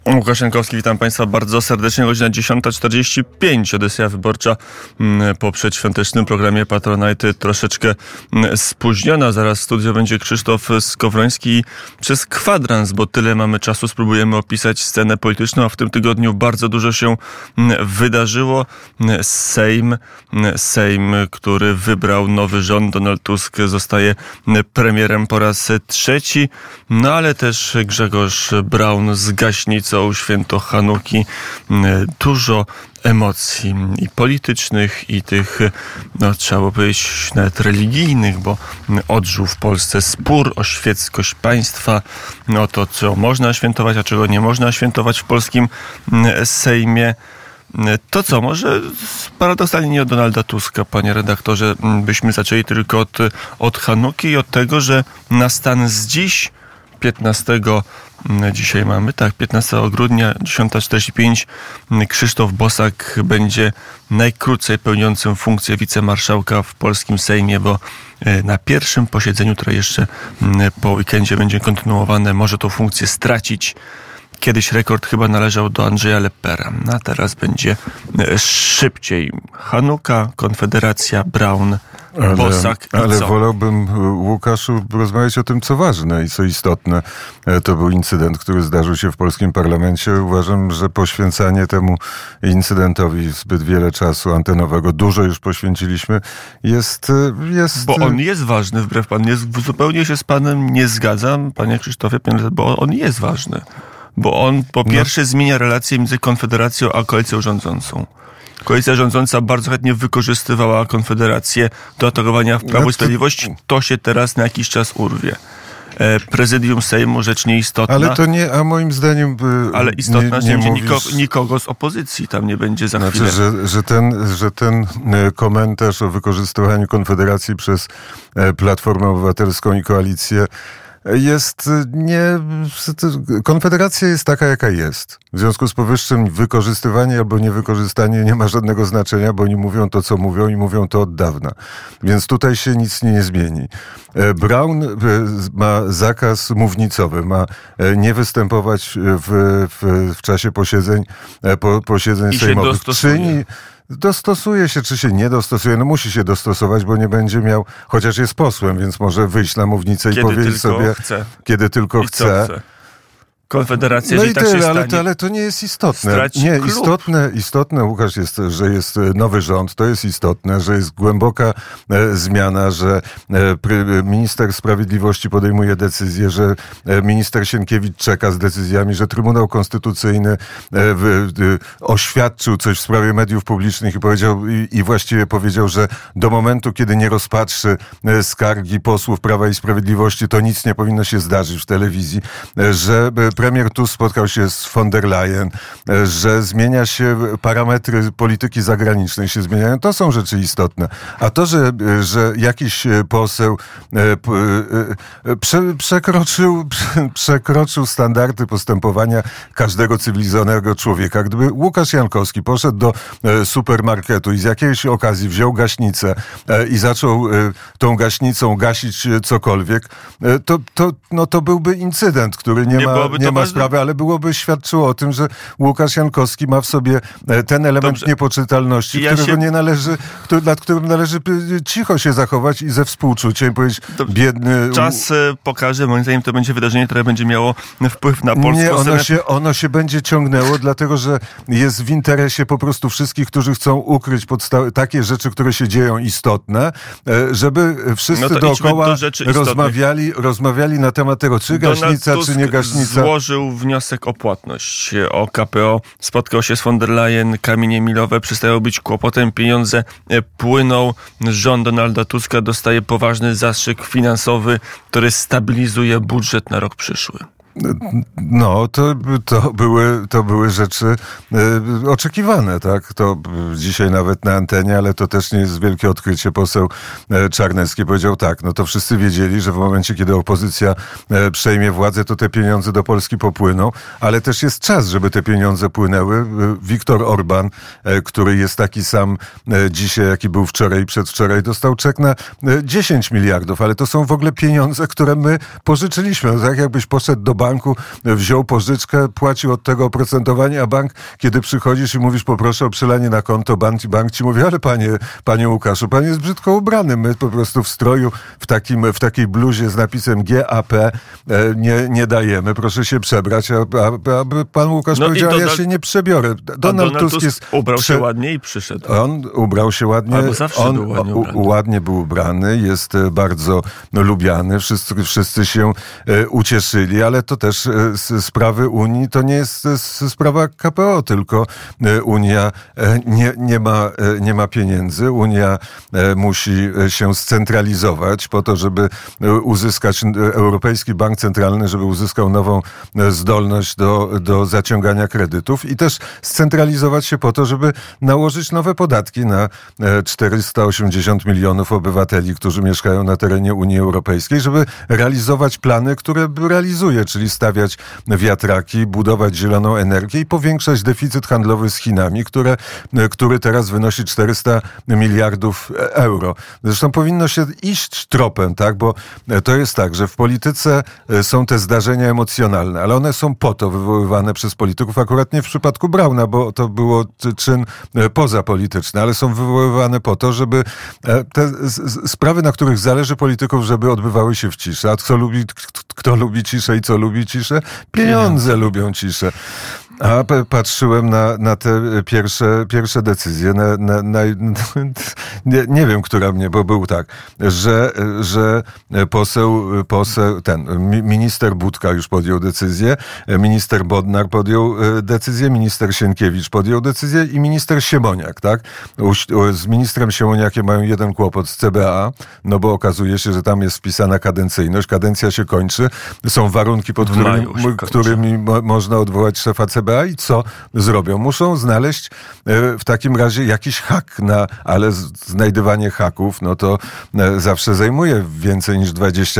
Łukasz Jankowski, witam Państwa bardzo serdecznie. Godzina 10:45. Edycja wyborcza po przedświątecznym programie Patronite troszeczkę spóźniona. Zaraz w studio będzie Krzysztof Skowroński przez kwadrans, bo tyle mamy czasu. Spróbujemy opisać scenę polityczną, a w tym tygodniu bardzo dużo się wydarzyło. Sejm, który wybrał nowy rząd, Donald Tusk zostaje premierem po raz trzeci, no ale też Grzegorz Braun z gaśnicą, święto Hanuki, dużo emocji i politycznych, i tych, trzeba by powiedzieć, nawet religijnych, bo odżył w Polsce spór o świeckość państwa, o to, co można świętować, a czego nie można świętować w polskim Sejmie. To co, może paradoksalnie nie od Donalda Tuska, panie redaktorze, byśmy zaczęli tylko od Hanuki i od tego, że na stan z dziś, 15 grudnia, 10:45, Krzysztof Bosak będzie najkrócej pełniącym funkcję wicemarszałka w polskim Sejmie, bo na pierwszym posiedzeniu, które jeszcze po weekendzie będzie kontynuowane, może tą funkcję stracić. Kiedyś rekord chyba należał do Andrzeja Leppera, a teraz będzie szybciej. Hanuka, Konfederacja, Braun, Bosak i ale co? wolałbym, Łukaszu, rozmawiać o tym, co ważne i co istotne. To był incydent, który zdarzył się w polskim parlamencie. Uważam, że poświęcanie temu incydentowi zbyt wiele czasu antenowego, dużo już poświęciliśmy, jest... Bo on jest ważny, wbrew panu. Zupełnie się z panem nie zgadzam, panie Krzysztofie, bo on jest ważny. Bo on po pierwsze zmienia relacje między Konfederacją a koalicją rządzącą. Koalicja rządząca bardzo chętnie wykorzystywała Konfederację do atakowania w Prawo i Sprawiedliwość. To się teraz na jakiś czas urwie. Prezydium Sejmu, rzecz nieistotna. Ale to nie, a moim zdaniem... Ale istotna, że mówisz... nikogo z opozycji tam nie będzie za chwilę. Że ten komentarz o wykorzystywaniu Konfederacji przez Platformę Obywatelską i Koalicję Konfederacja jest taka, jaka jest. W związku z powyższym wykorzystywanie albo niewykorzystanie nie ma żadnego znaczenia, bo oni mówią to, co mówią i mówią to od dawna. Więc tutaj się nic nie zmieni. Braun ma zakaz mównicowy, ma nie występować w czasie posiedzeń sejmowych. Dostosuje się, czy się nie dostosuje? No musi się dostosować, bo nie będzie miał, chociaż jest posłem, więc może wyjść na mównicę i powiedzieć sobie, kiedy tylko chce. Konfederacja, no i tak tyle, się ale to nie jest istotne. Nie, istotne, Łukasz, jest, że jest nowy rząd, to jest istotne, że jest głęboka zmiana, że minister sprawiedliwości podejmuje decyzję, że minister Sienkiewicz czeka z decyzjami, że Trybunał Konstytucyjny oświadczył coś w sprawie mediów publicznych i właściwie powiedział, że do momentu, kiedy nie rozpatrzy skargi posłów Prawa i Sprawiedliwości, to nic nie powinno się zdarzyć w telewizji, że premier Tusk spotkał się z von der Leyen, że zmienia się parametry polityki zagranicznej, się zmieniają. To są rzeczy istotne. A to, że jakiś poseł przekroczył standardy postępowania każdego cywilizowanego człowieka. Gdyby Łukasz Jankowski poszedł do supermarketu i z jakiejś okazji wziął gaśnicę i zaczął tą gaśnicą gasić cokolwiek, to byłby incydent, który nie ma sprawy, ale byłoby świadczyło o tym, że Łukasz Jankowski ma w sobie ten element niepoczytalności, nad którym należy cicho się zachować i ze współczuciem powiedzieć, biedny... Czas pokaże, moim zdaniem to będzie wydarzenie, które będzie miało wpływ na polską scenę. Ono się będzie ciągnęło, dlatego że jest w interesie po prostu wszystkich, którzy chcą ukryć takie rzeczy, które się dzieją istotne, żeby wszyscy dookoła rozmawiali na temat tego, czy gaśnica, czy nie gaśnica. Złożył wniosek o płatność o KPO, spotkał się z von der Leyen, kamienie milowe przestają być kłopotem, pieniądze płyną, rząd Donalda Tuska dostaje poważny zastrzyk finansowy, który stabilizuje budżet na rok przyszły. No, to były rzeczy oczekiwane, tak? To dzisiaj nawet na antenie, ale to też nie jest wielkie odkrycie. Poseł Czarnecki powiedział tak, no to wszyscy wiedzieli, że w momencie, kiedy opozycja przejmie władzę, to te pieniądze do Polski popłyną, ale też jest czas, żeby te pieniądze płynęły. Viktor Orban, który jest taki sam dzisiaj, jaki był wczoraj i przedwczoraj, dostał czek na 10 miliardów, ale to są w ogóle pieniądze, które my pożyczyliśmy. No, tak jakbyś poszedł do banku, wziął pożyczkę, płacił od tego oprocentowanie, a bank, kiedy przychodzisz i mówisz, poproszę o przelanie na konto, bank ci mówi, ale panie Łukaszu, pan jest brzydko ubrany, my po prostu w stroju, w takiej bluzie z napisem GAP nie dajemy, proszę się przebrać, a pan Łukasz powiedział, ja się nie przebiorę. Donald Tusk ubrał się ładnie i przyszedł. On ubrał się ładnie, ładnie był ubrany, jest bardzo lubiany, wszyscy się ucieszyli, ale to też sprawy Unii to nie jest sprawa KPO, tylko Unia nie ma pieniędzy. Unia musi się scentralizować po to, żeby uzyskać Europejski Bank Centralny, żeby uzyskał nową zdolność do zaciągania kredytów i też scentralizować się po to, żeby nałożyć nowe podatki na 480 milionów obywateli, którzy mieszkają na terenie Unii Europejskiej, żeby realizować plany, które realizuje, czyli stawiać wiatraki, budować zieloną energię i powiększać deficyt handlowy z Chinami, który teraz wynosi 400 miliardów euro. Zresztą powinno się iść tropem, tak? Bo to jest tak, że w polityce są te zdarzenia emocjonalne, ale one są po to wywoływane przez polityków, akurat nie w przypadku Brauna, bo to było czyn pozapolityczny, ale są wywoływane po to, żeby te sprawy, na których zależy polityków, żeby odbywały się w ciszy. A kto lubi ciszę i co lubi ciszę? Pieniądze lubią ciszę. A patrzyłem na te pierwsze decyzje. Nie wiem, która mnie, bo był tak, że minister Budka już podjął decyzję, minister Bodnar podjął decyzję, minister Sienkiewicz podjął decyzję i minister Siemoniak, tak? Z ministrem Siemoniakiem mają jeden kłopot z CBA, no bo okazuje się, że tam jest wpisana kadencyjność, kadencja się kończy, są warunki, pod którymi można odwołać szefa CBA i co zrobią? Muszą znaleźć w takim razie jakiś hak, ale znajdywanie haków, no to zawsze zajmuje więcej niż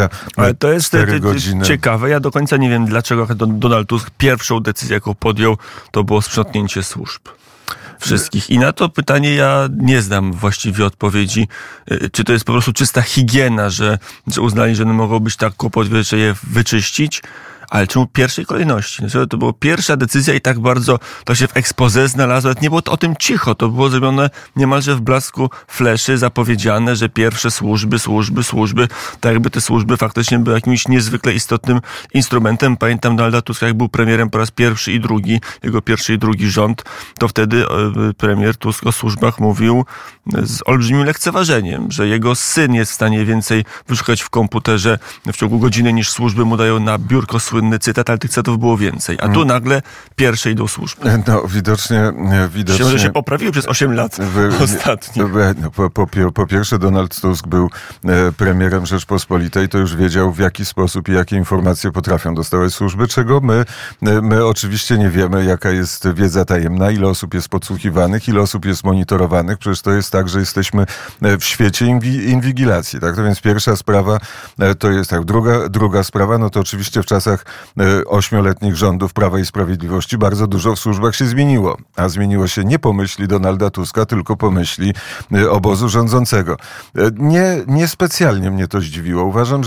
24 godziny. Ciekawe, ja do końca nie wiem, dlaczego Donald Tusk pierwszą decyzję, jaką podjął, to było sprzątnięcie służb. Wszystkich. I na to pytanie ja nie znam właściwie odpowiedzi. Czy to jest po prostu czysta higiena, że uznali, że mogą być tak kłopotliwe, że je wyczyścić? Ale czemu pierwszej kolejności? To była pierwsza decyzja i tak bardzo to się w exposé znalazło. Nie było to o tym cicho. To było zrobione niemalże w blasku fleszy, zapowiedziane, że pierwsze służby. Tak jakby te służby faktycznie były jakimś niezwykle istotnym instrumentem. Pamiętam Donalda Tuska, jak był premierem po raz pierwszy i drugi, jego pierwszy i drugi rząd, to wtedy premier Tusk o służbach mówił z olbrzymim lekceważeniem, że jego syn jest w stanie więcej wyszukać w komputerze w ciągu godziny niż służby mu dają na biurko słynny cytat, ale tych cytatów było więcej. A tu nagle pierwsze idą służby. No, widocznie... Może się poprawiły przez 8 lat ostatnich. Po pierwsze, Donald Tusk był premierem Rzeczpospolitej, to już wiedział, w jaki sposób i jakie informacje potrafią dostawać służby, czego my oczywiście nie wiemy, jaka jest wiedza tajemna, ile osób jest podsłuchiwanych, ile osób jest monitorowanych. Przecież to jest tak, że jesteśmy w świecie inwigilacji. Tak? To więc pierwsza sprawa to jest tak. Druga sprawa, no to oczywiście w czasach 8-letnich rządów Prawa i Sprawiedliwości bardzo dużo w służbach się zmieniło. A zmieniło się nie po myśli Donalda Tuska, tylko po myśli obozu rządzącego. Nie specjalnie mnie to zdziwiło. Uważam,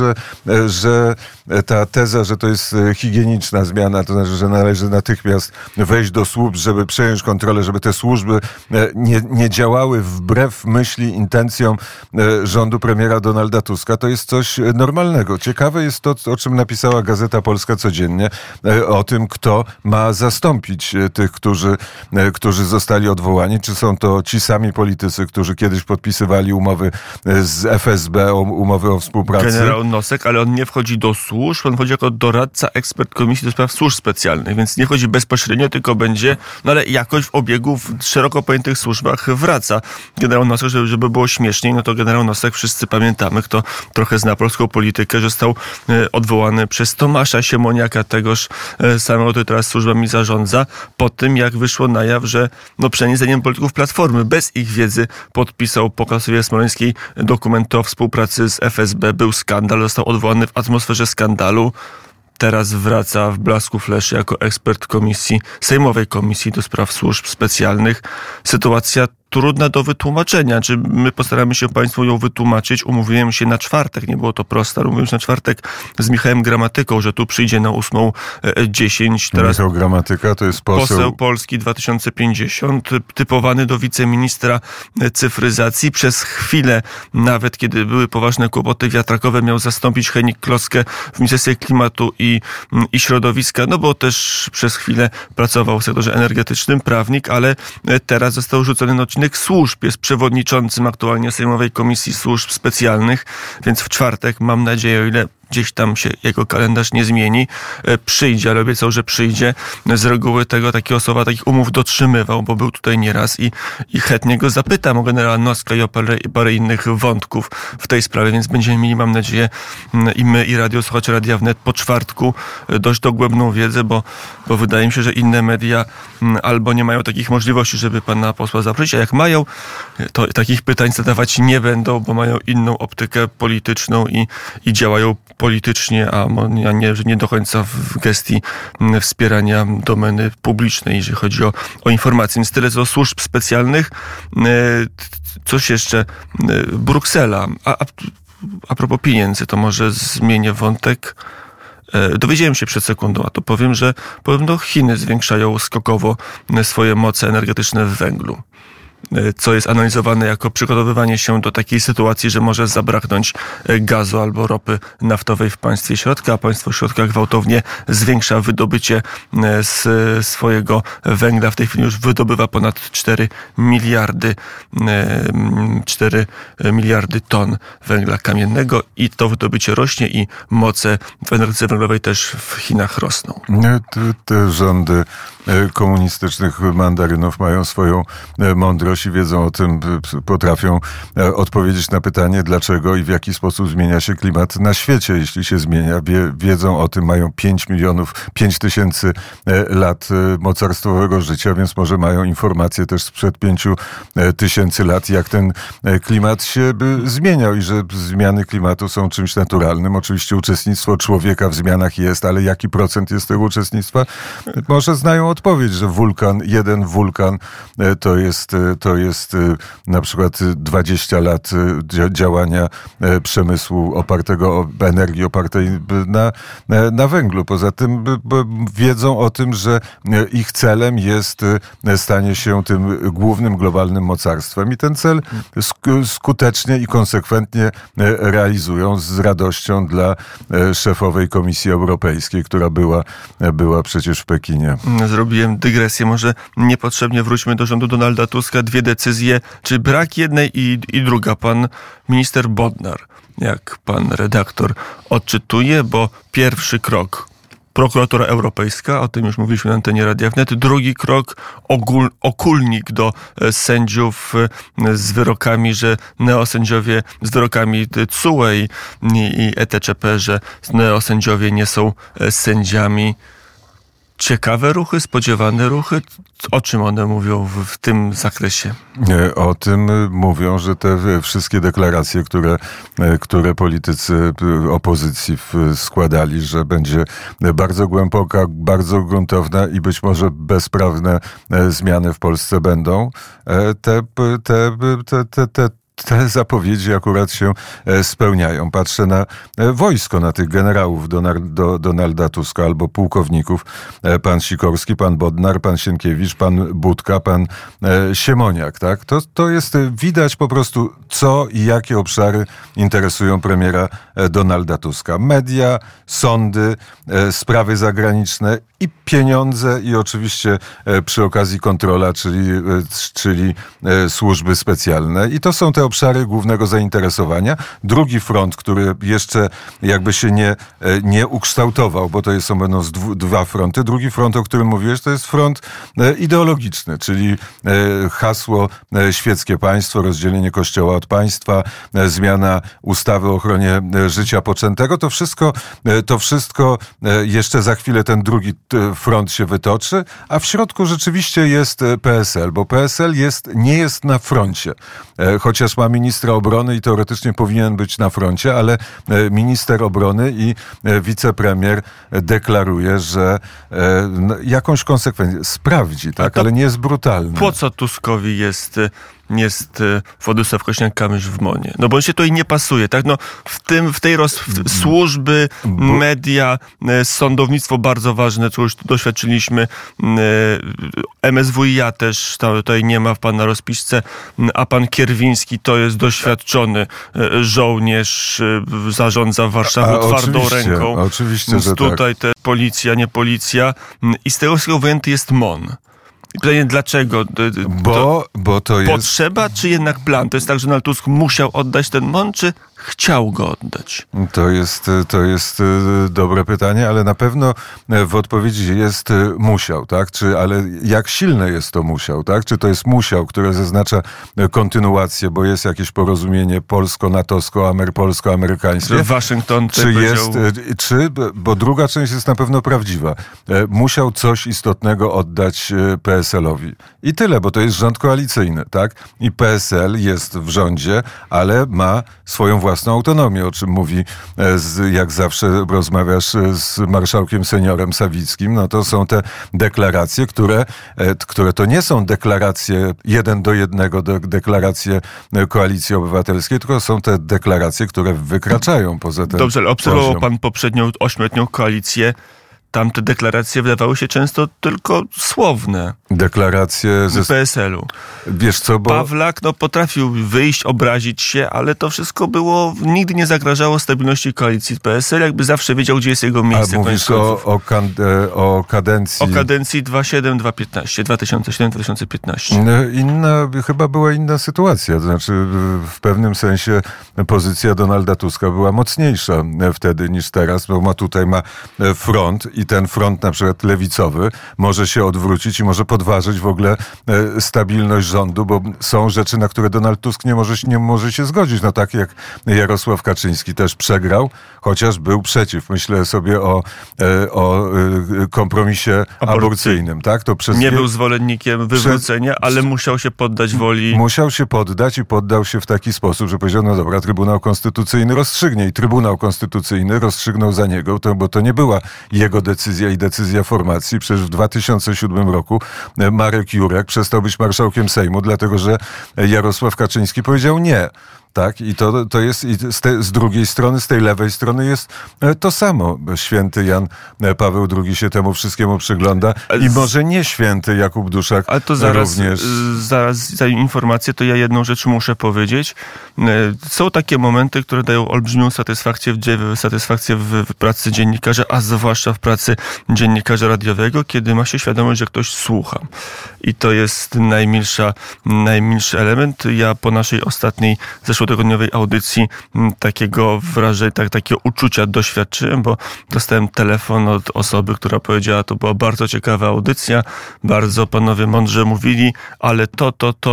że ta teza, że to jest higieniczna zmiana, to znaczy, że należy natychmiast wejść do służb, żeby przejąć kontrolę, żeby te służby nie działały wbrew myśli, intencjom rządu premiera Donalda Tuska, to jest coś normalnego. Ciekawe jest to, o czym napisała Gazeta Polska codziennie, o tym, kto ma zastąpić tych, którzy zostali odwołani. Czy są to ci sami politycy, którzy kiedyś podpisywali umowy z FSB, umowy o współpracy? Generał Nosek, ale on nie wchodzi do służb, on wchodzi jako doradca, ekspert Komisji do Spraw Służb Specjalnych, więc nie chodzi bezpośrednio, tylko będzie, no ale jakoś w obiegu w szeroko pojętych służbach wraca. Generał Nosek, żeby było śmieszniej, no to generał Nosek, wszyscy pamiętamy, kto trochę zna polską politykę, że został odwołany przez Tomasza Siemoniaka, tegoż samego, który teraz służbami zarządza, po tym jak wyszło na jaw, że przynajmniej zdaniem polityków Platformy, bez ich wiedzy podpisał po klasyfikacji smoleńskiej dokument o współpracy z FSB. Był skandal, został odwołany w atmosferze skandalu. Teraz wraca w blasku fleszy jako ekspert sejmowej komisji do spraw służb specjalnych. Sytuacja trudna do wytłumaczenia. Czy my postaramy się Państwu ją wytłumaczyć? Umówiłem się na czwartek, nie było to proste, ale umówiłem się na czwartek z Michałem Gramatyką, że tu przyjdzie na 8:10. Teraz Michał Gramatyka to jest poseł Polski 2050, typowany do wiceministra cyfryzacji. Przez chwilę, nawet kiedy były poważne kłopoty wiatrakowe, miał zastąpić Henik Kloskę w Ministerstwie Klimatu i Środowiska, no bo też przez chwilę pracował w sektorze energetycznym, prawnik, ale teraz został rzucony na odcinek służb. Jest przewodniczącym aktualnie Sejmowej Komisji Służb Specjalnych, więc w czwartek, mam nadzieję, o ile gdzieś tam się jego kalendarz nie zmieni, przyjdzie, ale obiecał, że przyjdzie. Z reguły takiego słowa, takich umów dotrzymywał, bo był tutaj nieraz i chętnie go zapytam o generała Noska i o parę innych wątków w tej sprawie, więc będziemy mieli, mam nadzieję, i my, i słuchacze Radia Wnet po czwartku dość dogłębną wiedzę, bo wydaje mi się, że inne media albo nie mają takich możliwości, żeby pana posła zaprosić, a jak mają, to takich pytań zadawać nie będą, bo mają inną optykę polityczną i działają politycznie, a nie do końca w gestii wspierania domeny publicznej, jeżeli chodzi o informacje. Więc tyle co służb specjalnych. Coś jeszcze. Bruksela. A propos pieniędzy, to może zmienię wątek. Dowiedziałem się przed sekundą, a to powiem, że podobno Chiny zwiększają skokowo swoje moce energetyczne w węglu, co jest analizowane jako przygotowywanie się do takiej sytuacji, że może zabraknąć gazu albo ropy naftowej w państwie środka, a państwo środka gwałtownie zwiększa wydobycie z swojego węgla. W tej chwili już wydobywa ponad 4 miliardy ton węgla kamiennego i to wydobycie rośnie i moce w energetyce węglowej też w Chinach rosną. Te rządy komunistycznych mandarynów mają swoją mądrość i wiedzą o tym, potrafią odpowiedzieć na pytanie, dlaczego i w jaki sposób zmienia się klimat na świecie, jeśli się zmienia. Wiedzą o tym, mają 5 tysięcy lat mocarstwowego życia, więc może mają informacje też sprzed 5 tysięcy lat, jak ten klimat się zmieniał i że zmiany klimatu są czymś naturalnym. Oczywiście uczestnictwo człowieka w zmianach jest, ale jaki procent jest tego uczestnictwa? Może znają odpowiedź, że jeden wulkan to jest na przykład 20 lat działania przemysłu energii opartej na węglu. Poza tym wiedzą o tym, że ich celem jest stanie się tym głównym globalnym mocarstwem i ten cel skutecznie i konsekwentnie realizują z radością dla szefowej Komisji Europejskiej, która była przecież w Pekinie. Zrobiłem dygresję, może niepotrzebnie wróćmy do rządu Donalda Tuska. 2 decyzje, czy brak jednej i druga. Pan minister Bodnar, jak pan redaktor odczytuje, bo pierwszy krok Prokuratura Europejska, o tym już mówiliśmy na antenie Radia Wnet. Drugi krok, okulnik do sędziów z wyrokami, że neosędziowie, z wyrokami TSUE i ETČP, że neosędziowie nie są sędziami. Ciekawe ruchy, spodziewane ruchy? O czym one mówią w tym zakresie? O tym mówią, że te wszystkie deklaracje, które politycy opozycji składali, że będzie bardzo głęboka, bardzo gruntowna i być może bezprawne zmiany w Polsce będą, te zapowiedzi akurat się spełniają. Patrzę na wojsko, na tych generałów Donalda Tuska albo pułkowników. Pan Sikorski, pan Bodnar, pan Sienkiewicz, pan Budka, pan Siemoniak. Tak? To jest, widać po prostu, co i jakie obszary interesują premiera Donalda Tuska. Media, sądy, sprawy zagraniczne i pieniądze i oczywiście przy okazji kontrola, czyli służby specjalne. I to są te obszary głównego zainteresowania. Drugi front, który jeszcze jakby się nie ukształtował, bo to będą dwa fronty. Drugi front, o którym mówiłeś, to jest front ideologiczny, czyli hasło świeckie państwo, rozdzielenie Kościoła od państwa, zmiana ustawy o ochronie życia poczętego. To wszystko jeszcze za chwilę ten drugi front się wytoczy, a w środku rzeczywiście jest PSL, bo PSL nie jest na froncie. Chociaż ma ministra obrony i teoretycznie powinien być na froncie, ale minister obrony i wicepremier deklaruje, że jakąś konsekwencję sprawdzi, tak? Ale nie jest brutalny. Po co Tuskowi jest jest Władysław Kosiniak-Kamysz w MON-ie? No bo on się tutaj nie pasuje, tak? No służby, media, sądownictwo bardzo ważne, co już doświadczyliśmy. MSWiA też tutaj nie ma w pana rozpisce, a pan Kierwiński to jest doświadczony żołnierz, zarządza Warszawą twardą ręką. Oczywiście, że tutaj te policja, nie policja. I z tego wszystkiego wyjęty jest MON. I pytanie, dlaczego? Bo to jest... Potrzeba, czy jednak plan? To jest tak, że Donald Tusk musiał oddać ten MON, czy chciał go oddać? To jest dobre pytanie, ale na pewno w odpowiedzi jest musiał, tak? Ale jak silne jest to musiał, tak? Czy to jest musiał, które zaznacza kontynuację, bo jest jakieś porozumienie polsko-amerykańskie? Waszyngton bo druga część jest na pewno prawdziwa. Musiał coś istotnego oddać PSL-owi. I tyle, bo to jest rząd koalicyjny, tak? I PSL jest w rządzie, ale ma swoją własną autonomię, o czym mówi, jak zawsze rozmawiasz z marszałkiem seniorem Sawickim, no to są te deklaracje, które to nie są deklaracje 1:1, deklaracje Koalicji Obywatelskiej, tylko są te deklaracje, które wykraczają poza ten Dobrze, ale obserwował poziom. pan poprzednią 8-letnią koalicję. Tam te deklaracje wydawały się często tylko słowne. Deklaracje z PSL-u. Wiesz co, bo... Pawlak potrafił wyjść, obrazić się, ale to wszystko nigdy nie zagrażało stabilności koalicji PSL, jakby zawsze wiedział, gdzie jest jego miejsce. A mówisz o kadencji... O kadencji 2007-2015. Chyba była inna sytuacja. To znaczy w pewnym sensie pozycja Donalda Tuska była mocniejsza wtedy niż teraz, bo tutaj ma front i ten front na przykład lewicowy może się odwrócić i może podważyć w ogóle stabilność rządu, bo są rzeczy, na które Donald Tusk nie może się zgodzić. No tak jak Jarosław Kaczyński też przegrał, chociaż był przeciw. Myślę sobie o kompromisie aborcyjnym. Tak? Nie był zwolennikiem wywrócenia, ale musiał się poddać woli. Musiał się poddać i poddał się w taki sposób, że powiedział, no dobra, Trybunał Konstytucyjny rozstrzygnie. I Trybunał Konstytucyjny rozstrzygnął za niego, bo to nie była jego decyzja i decyzja formacji. Przecież w 2007 roku Marek Jurek przestał być marszałkiem Sejmu, dlatego że Jarosław Kaczyński powiedział nie. Tak, i to jest z drugiej strony, z tej lewej strony jest to samo. Święty Jan Paweł II się temu wszystkiemu przygląda i może nie święty Jakub Duszak. Ale to również. Zaraz za informację, to ja jedną rzecz muszę powiedzieć. Są takie momenty, które dają olbrzymią satysfakcję w pracy dziennikarza, a zwłaszcza w pracy dziennikarza radiowego, kiedy ma się świadomość, że ktoś słucha. I to jest najmilszy element. Ja po naszej ostatniej zeszłotygodniowej audycji takiego wrażenia, takiego uczucia doświadczyłem, bo dostałem telefon od osoby, która powiedziała, to była bardzo ciekawa audycja, bardzo panowie mądrze mówili, ale to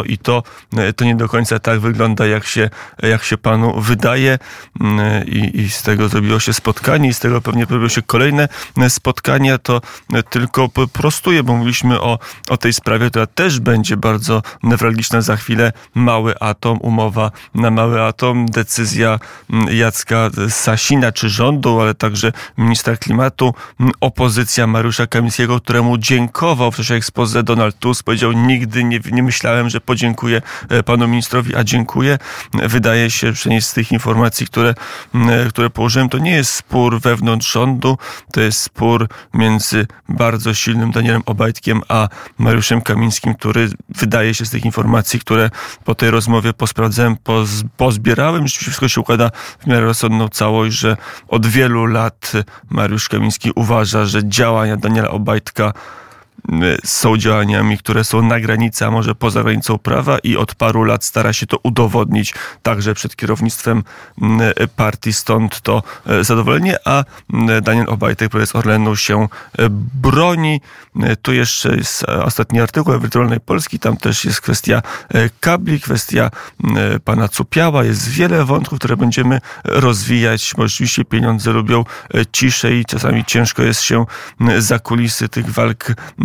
nie do końca tak wygląda, jak się panu wydaje. I z tego zrobiło się spotkanie i z tego pewnie zrobiło się kolejne spotkania. To tylko prostuję, bo mówiliśmy o tej sprawie, która też będzie bardzo newralgiczna za chwilę. Mały atom, umowa na mały atom, decyzja Jacka Sasina czy rządu, ale także ministra klimatu, opozycja Mariusza Kamińskiego, któremu dziękował w czasie exposé Donald Tusk. Powiedział, nigdy nie myślałem, że podziękuję panu ministrowi, a dziękuję. Wydaje się, przynajmniej z tych informacji, które położyłem, to nie jest spór wewnątrz rządu, to jest spór między bardzo silnym Danielem Obajtkiem a Mariuszem Kamińskim, który wydaje się z tych informacji, które po tej rozmowie posprawdzałem, pozbierałem, rzeczywiście wszystko się układa w miarę rozsądną całość, że od wielu lat Mariusz Kamiński uważa, że działania Daniela Obajtka są działaniami, które są na granicy, a może poza granicą prawa i od paru lat stara się to udowodnić także przed kierownictwem partii, stąd to zadowolenie, a Daniel Obajtek, prezes Orlenu, się broni. Tu jeszcze jest ostatni artykuł Wirtualnej Polski, tam też jest kwestia kabli, kwestia pana Cupiała, jest wiele wątków, które będziemy rozwijać, bo oczywiście pieniądze lubią ciszę i czasami ciężko jest się za kulisy tych walk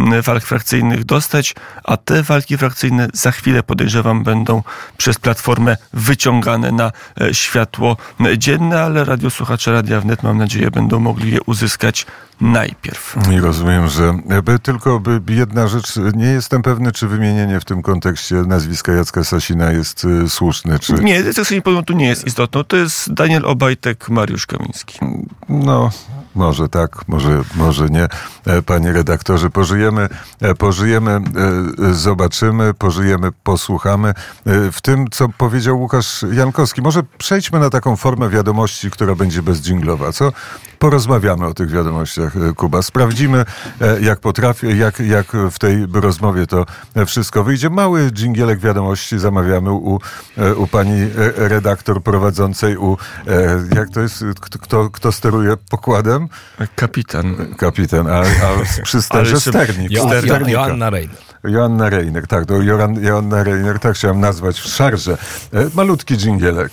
walk frakcyjnych dostać, a te walki frakcyjne za chwilę, podejrzewam, będą przez Platformę wyciągane na światło dzienne, ale radiosłuchacze Radia Wnet, mam nadzieję, będą mogli je uzyskać najpierw. I rozumiem, że tylko jedna rzecz, nie jestem pewny, czy wymienienie w tym kontekście nazwiska Jacka Sasina jest słuszne. Czy... Nie, Jacek podmiotu nie jest istotną. To jest Daniel Obajtek, Mariusz Kamiński. No, może tak, może nie. Panie redaktorze, pożyjemy, zobaczymy, posłuchamy. W tym, co powiedział Łukasz Jankowski, może przejdźmy na taką formę wiadomości, która będzie bezdżinglowa, co? Porozmawiamy o tych wiadomościach, Kuba. Sprawdzimy, jak potrafię, jak w tej rozmowie to wszystko wyjdzie. Mały dżingielek wiadomości zamawiamy u pani redaktor prowadzącej, jak to jest, kto steruje pokładem? Kapitan, a przy sterze sternik. Joanna Reiner, tak, to Joanna Reiner, tak chciałem nazwać w szarże. Malutki dżingielek.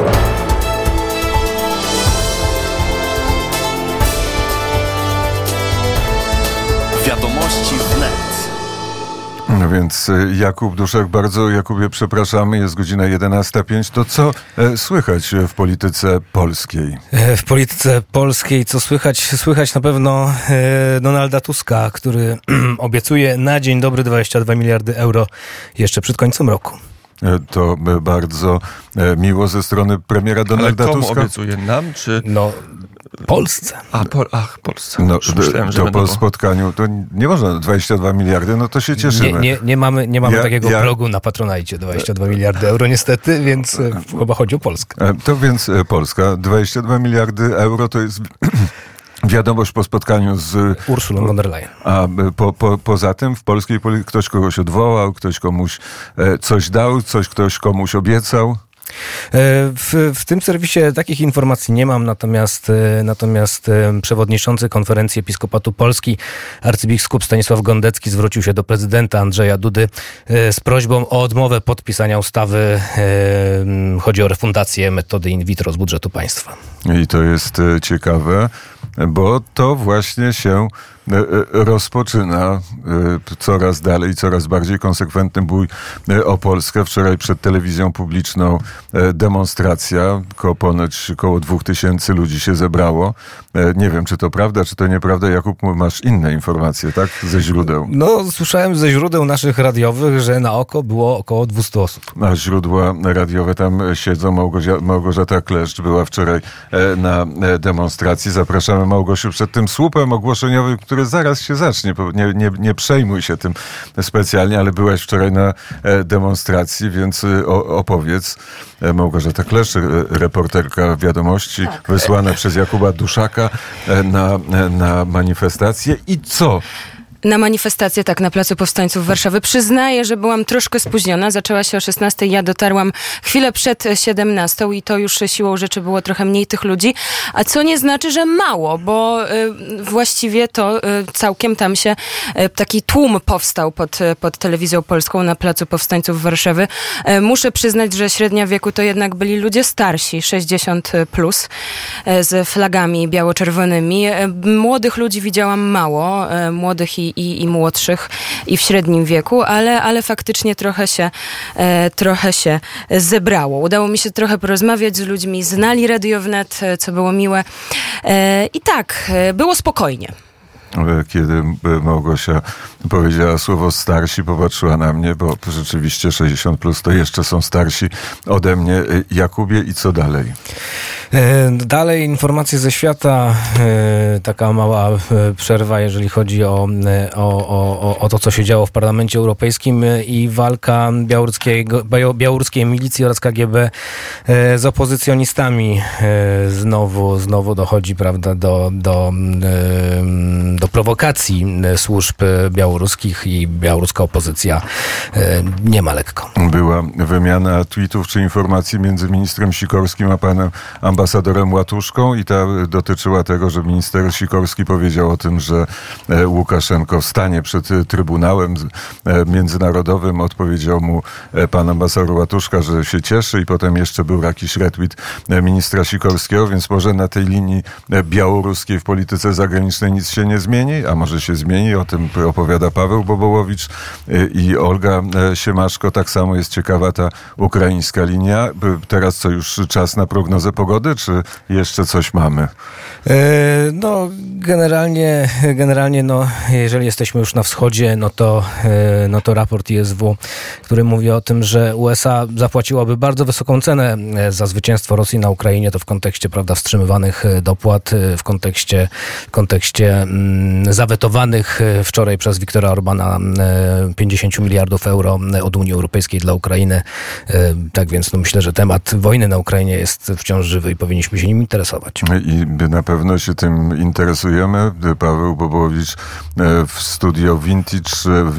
Wiadomości wnet. No więc Jakub Duszek, bardzo Jakubie przepraszamy, jest godzina 11:05. To co słychać w polityce polskiej? W polityce polskiej co słychać? Słychać na pewno Donalda Tuska, który obiecuje na dzień dobry 22 miliardy euro jeszcze przed końcem roku. To bardzo miło ze strony premiera Donalda Ale komu Tuska. obiecuje? Nam czy... No, Polsce. Polsce. No, Myślałem, że to po spotkaniu, to nie można 22 miliardy, no to się cieszymy. Nie mamy takiego blogu na Patronite 22 miliardy euro niestety, więc chyba chodzi o Polskę. To więc Polska, 22 miliardy euro to jest... Wiadomość po spotkaniu z Ursulą von der Leyen. A poza tym w polskiej polityce ktoś kogoś odwołał, ktoś komuś coś dał, ktoś komuś obiecał. W tym serwisie takich informacji nie mam, natomiast przewodniczący Konferencji Episkopatu Polski arcybiskup Stanisław Gondecki zwrócił się do prezydenta Andrzeja Dudy z prośbą o odmowę podpisania ustawy. Chodzi o refundację metody in vitro z budżetu państwa. I to jest ciekawe, bo to właśnie się rozpoczyna coraz dalej, coraz bardziej konsekwentny bój o Polskę. Wczoraj przed telewizją publiczną demonstracja, ponoć około 2000 ludzi się zebrało. Nie wiem, czy to prawda, czy to nieprawda. Jakub, masz inne informacje, tak? Ze źródeł. No, słyszałem ze źródeł naszych radiowych, że na oko było około 200 osób. A źródła radiowe tam siedzą. Małgorzata Kleszcz była wczoraj na demonstracji. Zapraszamy Małgosiu przed tym słupem ogłoszeniowym, który zaraz się zacznie. Nie przejmuj się tym specjalnie, ale byłaś wczoraj na demonstracji, więc opowiedz. Małgorzata Kleszcz, reporterka Wiadomości, tak, wysłana przez Jakuba Duszaka na manifestację. I co? Na manifestację, tak, na Placu Powstańców Warszawy. Przyznaję, że byłam troszkę spóźniona. Zaczęła się o 16:00. Ja dotarłam chwilę przed 17:00 i to już siłą rzeczy było trochę mniej tych ludzi. A co nie znaczy, że mało, bo właściwie to całkiem tam się taki tłum powstał pod Telewizją Polską na Placu Powstańców Warszawy. Muszę przyznać, że średnia wieku to jednak byli ludzie starsi, 60+, z flagami biało-czerwonymi. Młodych ludzi widziałam mało, młodych i młodszych i w średnim wieku, ale faktycznie trochę się zebrało. Udało mi się trochę porozmawiać z ludźmi, znali Radio Wnet, co było miłe. I tak, było spokojnie. Kiedy Małgosia powiedziała słowo starsi, popatrzyła na mnie, bo rzeczywiście 60+ to jeszcze są starsi ode mnie. Jakubie, i co dalej? Dalej informacje ze świata, taka mała przerwa, jeżeli chodzi o to, co się działo w Parlamencie Europejskim i walka białoruskiej milicji oraz KGB z opozycjonistami. Znowu dochodzi, prawda, do prowokacji służb białoruskich i białoruska opozycja nie ma lekko. Była wymiana tweetów czy informacji między ministrem Sikorskim a panem ambasadorem ambasadorem Łatuszką i ta dotyczyła tego, że minister Sikorski powiedział o tym, że Łukaszenko stanie przed Trybunałem Międzynarodowym. Odpowiedział mu pan ambasador Łatuszka, że się cieszy i potem jeszcze był jakiś retweet ministra Sikorskiego, więc może na tej linii białoruskiej w polityce zagranicznej nic się nie zmieni, a może się zmieni. O tym opowiada Paweł Bobołowicz i Olga Siemaszko. Tak samo jest ciekawa ta ukraińska linia. Teraz co, już czas na prognozę pogody, czy jeszcze coś mamy? No, generalnie no, jeżeli jesteśmy już na wschodzie, no to raport ISW, który mówi o tym, że USA zapłaciłoby bardzo wysoką cenę za zwycięstwo Rosji na Ukrainie, to w kontekście, prawda, wstrzymywanych dopłat, w kontekście zawetowanych wczoraj przez Viktora Orbana 50 miliardów euro od Unii Europejskiej dla Ukrainy. Tak więc no, myślę, że temat wojny na Ukrainie jest wciąż żywy i powinniśmy się nim interesować. I na pewno się tym interesujemy. Paweł Bobołowicz w studio Vintage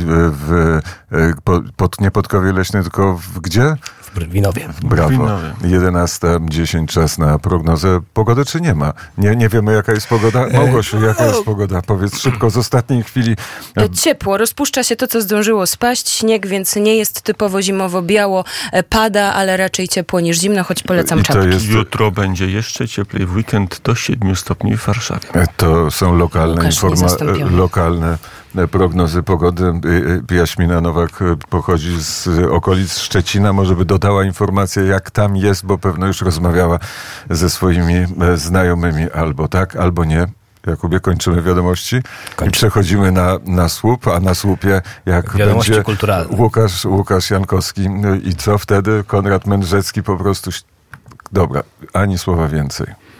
nie Podkowie Leśnej, tylko gdzie? W Brwinowie. Brawo. Brwinowie. 11:10 czas na prognozę pogody, czy nie ma? Nie wiemy, jaka jest pogoda. Małgosiu, jaka jest pogoda? Powiedz szybko, z ostatniej chwili. Ciepło, rozpuszcza się to, co zdążyło spaść. Śnieg, więc nie jest typowo zimowo biało. Pada, ale raczej ciepło niż zimno, choć polecam czapki. Jutro będzie jeszcze cieplej, w weekend do 7 stopni w Warszawie. To są lokalne lokalne prognozy pogody. Jaśmina Nowak pochodzi z okolic Szczecina. Może by dodała informację, jak tam jest, bo pewno już rozmawiała ze swoimi znajomymi. Albo tak, albo nie. Jakubie, kończymy wiadomości i przechodzimy na słup, a na słupie jak wiadomości będzie kulturalne. Łukasz Jankowski i co wtedy? Konrad Mędrzecki po prostu... Dobra, ani słowa więcej.